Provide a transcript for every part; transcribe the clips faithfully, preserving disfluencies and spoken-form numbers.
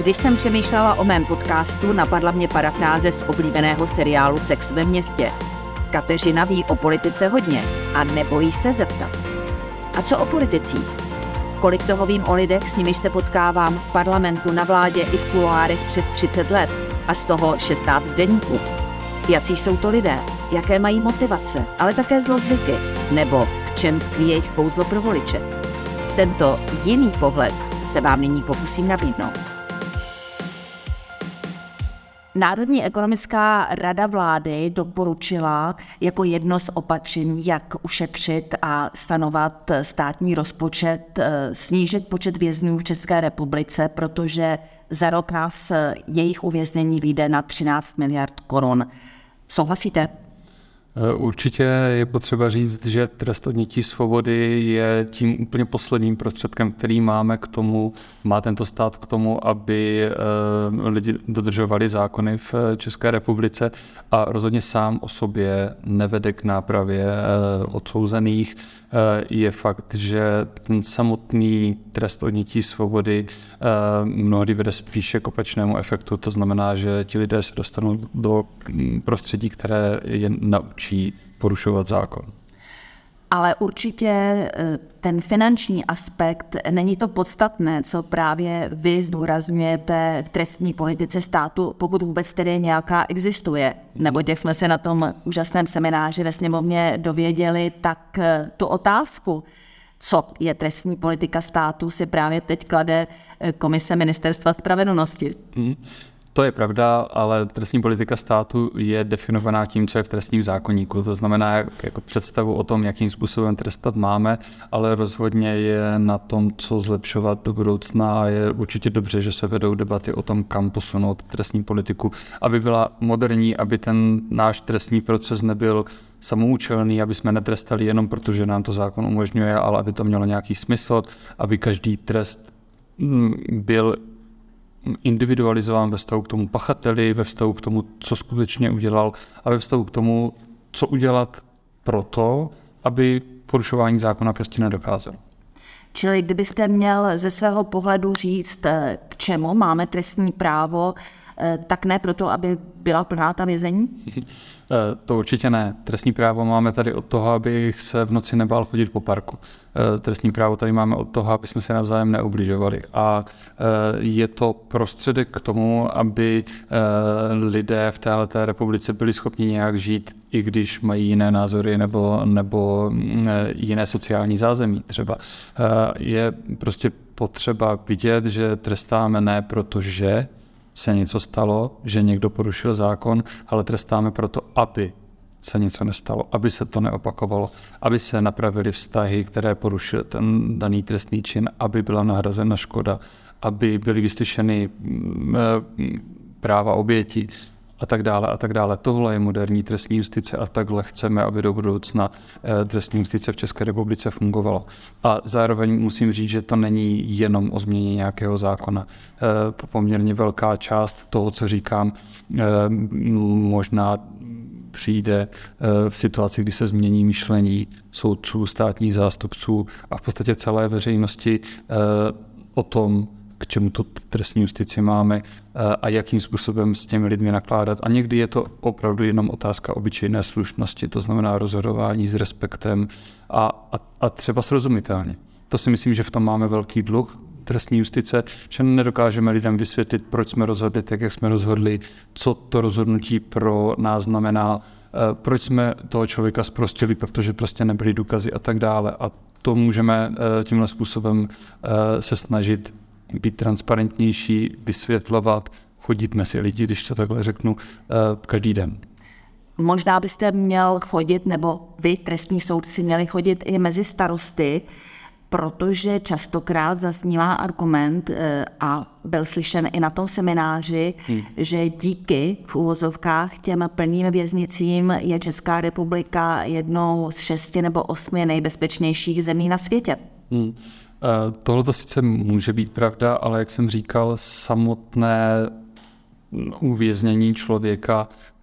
Když jsem přemýšlela o mém podcastu, napadla mě parafráze z oblíbeného seriálu Sex ve městě. Kateřina ví o politice hodně a nebojí se zeptat. A co o politicích? Kolik toho vím o lidech, s nimiž se potkávám v parlamentu, na vládě i v kuloárech přes třicet let a z toho šestnáct v deníku. Jací jsou to lidé, jaké mají motivace, ale také zlozvyky, nebo v čem tkví jejich kouzlo pro voliče. Tento jiný pohled se vám nyní pokusím nabídnout. Národní ekonomická rada vlády doporučila jako jedno z opatření, jak ušetřit a stanovat státní rozpočet, snížit počet vězňů v České republice, protože za rok nás jejich uvěznění vyjde na třináct miliard korun. Souhlasíte? Určitě je potřeba říct, že trest odnětí svobody je tím úplně posledním prostředkem, který máme k tomu, má tento stát k tomu, aby lidi dodržovali zákony v České republice a rozhodně sám o sobě nevede k nápravě odsouzených. Je fakt, že ten samotný trest odnětí svobody mnohdy vede spíše k opačnému efektu. To znamená, že ti lidé se dostanou do prostředí, které je naučí porušovat zákon. Ale určitě ten finanční aspekt není to podstatné, co právě vy zdůrazňujete v trestní politice státu, pokud vůbec tedy nějaká existuje. Neboť jak jsme se na tom úžasném semináři ve sněmovně dověděli, tak tu otázku, co je trestní politika státu, si právě teď klade Komise Ministerstva spravedlnosti. Hmm. To je pravda, ale trestní politika státu je definovaná tím, co je v trestním zákoníku. To znamená jako představu o tom, jakým způsobem trestat máme, ale rozhodně je na tom, co zlepšovat do budoucna a je určitě dobře, že se vedou debaty o tom, kam posunout trestní politiku, aby byla moderní, aby ten náš trestní proces nebyl samoučelný, aby jsme netrestali jenom proto, že nám to zákon umožňuje, ale aby to mělo nějaký smysl, aby každý trest byl individualizován ve vztahu k tomu pachateli, ve vztahu k tomu, co skutečně udělal a ve vztahu k tomu, co udělat proto, aby porušování zákona prostě nedocházelo. Čili kdybyste měl ze svého pohledu říct, k čemu máme trestní právo, tak ne proto, aby byla plná ta vězení? To určitě ne. Trestní právo máme tady od toho, abych se v noci nebál chodit po parku. Trestní právo tady máme od toho, aby jsme se navzájem neubližovali. A je to prostředek k tomu, aby lidé v této republice byli schopni nějak žít, i když mají jiné názory nebo, nebo jiné sociální zázemí třeba. Je prostě potřeba vidět, že trestáme ne protože se něco stalo, že někdo porušil zákon, ale trestáme proto, aby se něco nestalo, aby se to neopakovalo, aby se napravily vztahy, které porušil ten daný trestný čin, aby byla nahrazena škoda, aby byly vyslyšeny práva obětí a tak dále a tak dále. Tohle je moderní trestní justice a takhle chceme, aby do budoucna trestní justice v České republice fungovalo. A zároveň musím říct, že to není jenom o změně nějakého zákona. Poměrně velká část toho, co říkám, možná přijde v situaci, kdy se změní myšlení soudců, státních zástupců a v podstatě celé veřejnosti o tom, k čemu tu trestní justici máme a jakým způsobem s těmi lidmi nakládat. A někdy je to opravdu jenom otázka obyčejné slušnosti, to znamená rozhodování s respektem a, a, a třeba srozumitelně. To si myslím, že v tom máme velký dluh trestní justice, že nedokážeme lidem vysvětlit, proč jsme rozhodli tak, jak jsme rozhodli, co to rozhodnutí pro nás znamená, proč jsme toho člověka zprostili, protože prostě nebyly důkazy a tak dále. A to můžeme tímhle způsobem se snažit být transparentnější, vysvětlovat, chodit mezi lidi, když to takhle řeknu, každý den. Možná byste měl chodit, nebo vy, trestní soudci, měli chodit i mezi starosty, protože častokrát zaznívá argument a byl slyšen i na tom semináři, hmm. že díky v uvozovkách těm plným věznicím je Česká republika jednou z šesti nebo osmi nejbezpečnějších zemí na světě. Hmm. Tohle to sice může být pravda, ale jak jsem říkal, samotné uvěznění člověka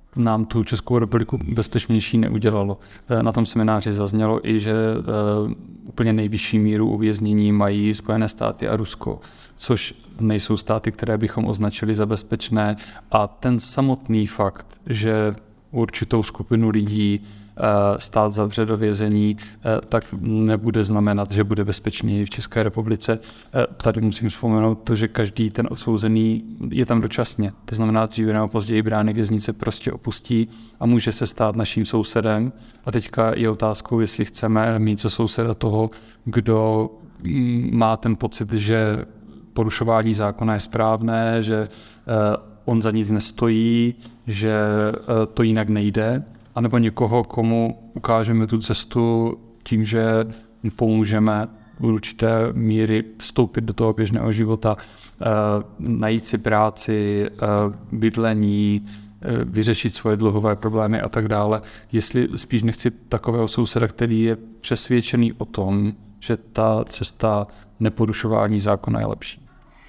nám tu Českou republiku bezpečnější neudělalo. Na tom semináři zaznělo i, že úplně nejvyšší míru uvěznění mají Spojené státy a Rusko, což nejsou státy, které bychom označili za bezpečné. A ten samotný fakt, že určitou skupinu lidí stát zavře do vězení, tak nebude znamenat, že bude bezpečněji v České republice. Tady musím vzpomenout to, že každý ten odsouzený je tam dočasně. To znamená, dříve nebo později brány věznice prostě opustí a může se stát naším sousedem. A teďka je otázkou, jestli chceme mít za souseda toho, kdo má ten pocit, že porušování zákona je správné, že on za nic nestojí, že to jinak nejde, anebo někoho, komu ukážeme tu cestu tím, že pomůžeme v určité míry vstoupit do toho běžného života, najít si práci, bydlení, vyřešit svoje dluhové problémy a tak dále. Jestli spíš nechci takového souseda, který je přesvědčený o tom, že ta cesta neporušování zákona je lepší.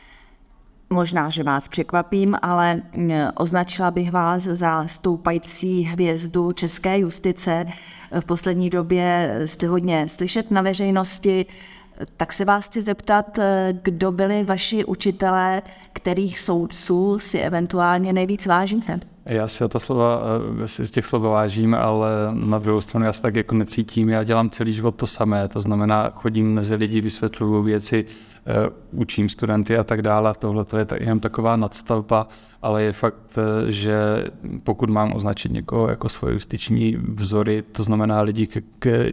Možná, že vás překvapím, ale označila bych vás za stoupající hvězdu české justice. V poslední době jste hodně slyšet na veřejnosti, tak se vás chci zeptat, kdo byli vaši učitelé, kterých soudců si eventuálně nejvíc vážíte? Já si ta slova, si z těch slov vážím, ale na druhou stranu já se tak jako necítím. Já dělám celý život to samé, to znamená, chodím mezi lidi, vysvětluju věci, učím studenty a tak dále. Tohle to je jen taková nadstavba, ale je fakt, že pokud mám označit někoho jako svoje justiční vzory, to znamená lidi, k, k,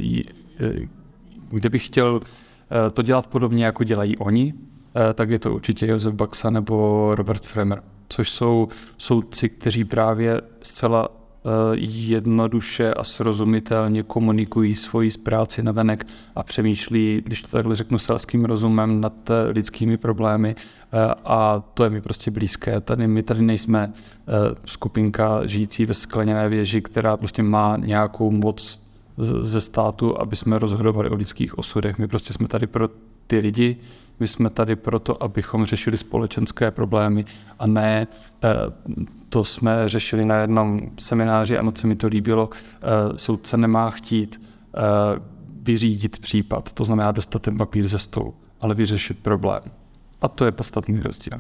kde bych chtěl to dělat podobně, jako dělají oni, tak je to určitě Josef Baxa nebo Robert Fremer, což jsou soudci, kteří právě zcela jednoduše a srozumitelně komunikují svoji práci navenek a přemýšlí, když to takhle řeknu selským rozumem, nad lidskými problémy a to je mi prostě blízké. Tady my tady nejsme skupinka žijící ve skleněné věži, která prostě má nějakou moc ze státu, aby jsme rozhodovali o lidských osudech. My prostě jsme tady pro ty lidi, my jsme tady proto, abychom řešili společenské problémy a ne to jsme řešili na jednom semináři a moc se mi to líbilo. Soudce nemá chtít vyřídit případ, to znamená dostat ten papír ze stolu, ale vyřešit problém. A to je podstatný rozdíl.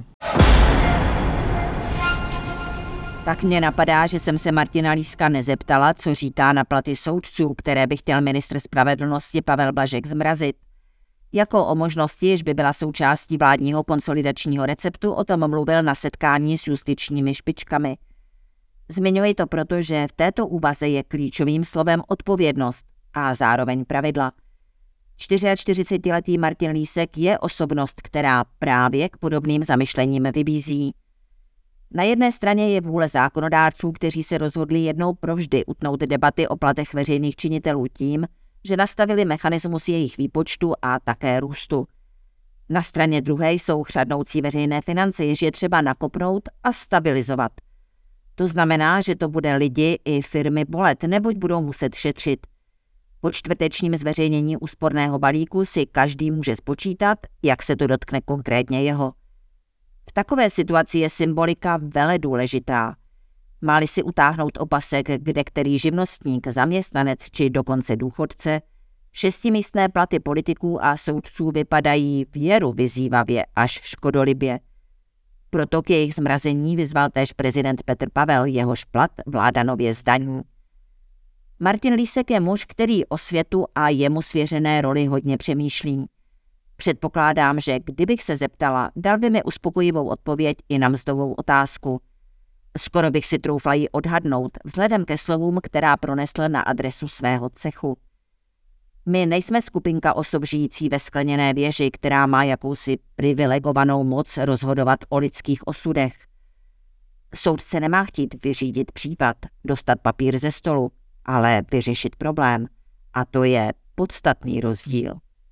Tak mě napadá, že jsem se Martina Líska nezeptala, co říká na platy soudců, které by chtěl ministr spravedlnosti Pavel Blažek zmrazit. Jako o možnosti, jež by byla součástí vládního konsolidačního receptu, o tom mluvil na setkání s justičními špičkami. Zmiňuji to proto, že v této úvaze je klíčovým slovem odpovědnost a zároveň pravidla. čtyřiačtyřicetiletý Martin Lísek je osobnost, která právě k podobným zamyšlením vybízí. Na jedné straně je vůle zákonodárců, kteří se rozhodli jednou provždy utnout debaty o platech veřejných činitelů tím, že nastavili mechanismus jejich výpočtu a také růstu. Na straně druhé jsou chřadnoucí veřejné finance, jež je třeba nakopnout a stabilizovat. To znamená, že to bude lidi i firmy bolet, neboť budou muset šetřit. Po čtvrtečním zveřejnění úsporného balíku si každý může spočítat, jak se to dotkne konkrétně jeho. V takové situaci je symbolika veledůležitá. Má-li si utáhnout opasek, kde který živnostník, zaměstnanec či dokonce důchodce, šestimístné platy politiků a soudců vypadají věru vyzývavě až škodolibě. Proto k jejich zmrazení vyzval též prezident Petr Pavel, jehož plat vláda nově zdaní. Martin Lísek je muž, který o světu a jemu svěřené roli hodně přemýšlí. Předpokládám, že kdybych se zeptala, dal by mi uspokojivou odpověď i na mzdovou otázku. Skoro bych si troufla ji odhadnout, vzhledem ke slovům, která pronesl na adresu svého cechu. My nejsme skupinka osob žijící ve skleněné věži, která má jakousi privilegovanou moc rozhodovat o lidských osudech. Soudce nemá chtít vyřídit případ, dostat papír ze stolu, ale vyřešit problém. A to je podstatný rozdíl.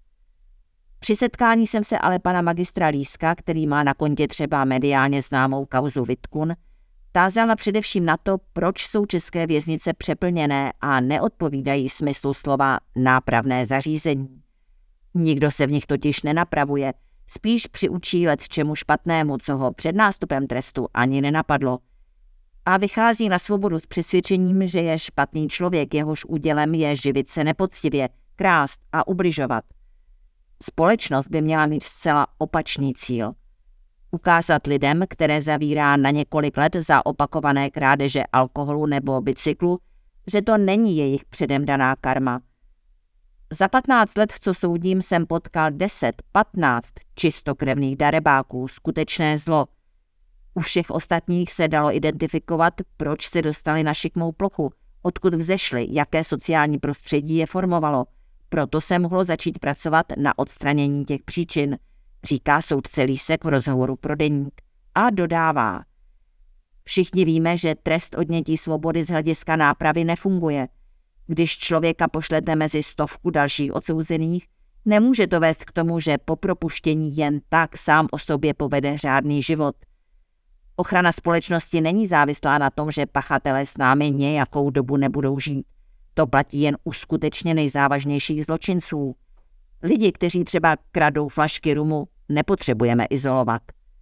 Při setkání jsem se ale pana magistra Líska, který má na kontě třeba mediálně známou kauzu Vitkun, tázala především na to, proč jsou české věznice přeplněné a neodpovídají smyslu slova nápravné zařízení. Nikdo se v nich totiž nenapravuje, spíš přiučí let čemu špatnému, co ho před nástupem trestu ani nenapadlo. a vychází na svobodu s přesvědčením, že je špatný člověk, jehož údělem je živit se nepoctivě, krást a ubližovat. Společnost by měla mít zcela opačný cíl. Ukázat lidem, které zavírá na několik let za opakované krádeže alkoholu nebo bicyklu, že to není jejich předem daná karma. Za patnáct let, co soudím, jsem potkal deset, patnáct čistokrevných darebáků, skutečné zlo. U všech ostatních se dalo identifikovat, proč se dostali na šikmou plochu, odkud vzešli, jaké sociální prostředí je formovalo. Proto se mohlo začít pracovat na odstranění těch příčin, říká soudce Lísek v rozhovoru pro Deník. A dodává: všichni víme, že trest odnětí svobody z hlediska nápravy nefunguje. Když člověka pošlete mezi stovku dalších odsouzených, nemůže to vést k tomu, že po propuštění jen tak sám o sobě povede řádný život. Ochrana společnosti není závislá na tom, že pachatelé s námi nějakou dobu nebudou žít. To platí jen u skutečně nejzávažnějších zločinců. Lidi, kteří třeba kradou flašky rumu, nepotřebujeme izolovat.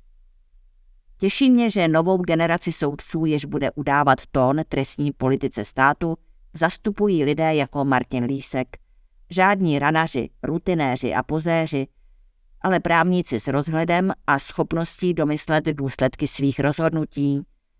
Těší mě, že novou generaci soudců, jež bude udávat tón trestní politice státu, zastupují lidé jako Martin Lísek. Žádní ranaři, rutinéři a pozéři, ale právníci s rozhledem a schopností domyslet důsledky svých rozhodnutí.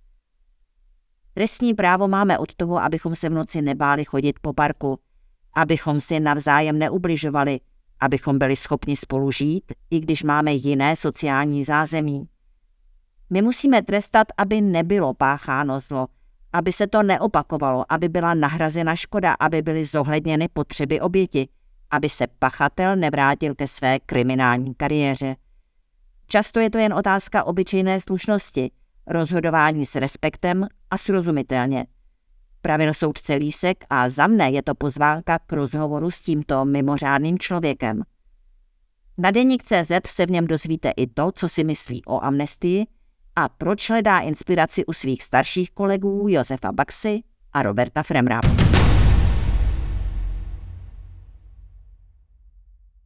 Trestní právo máme od toho, abychom se v noci nebáli chodit po parku, abychom si navzájem neubližovali, abychom byli schopni spolu žít, i když máme jiné sociální zázemí. My musíme trestat, aby nebylo pácháno zlo, aby se to neopakovalo, aby byla nahrazena škoda, aby byly zohledněny potřeby oběti, aby se pachatel nevrátil ke své kriminální kariéře. Často je to jen otázka obyčejné slušnosti, rozhodování s respektem a srozumitelně. Pravil soudce Lísek a za mne je to pozvánka k rozhovoru s tímto mimořádným člověkem. Na Deník tečka cé zet se v něm dozvíte i to, co si myslí o amnestii a proč hledá inspiraci u svých starších kolegů Josefa Baxy a Roberta Fremra.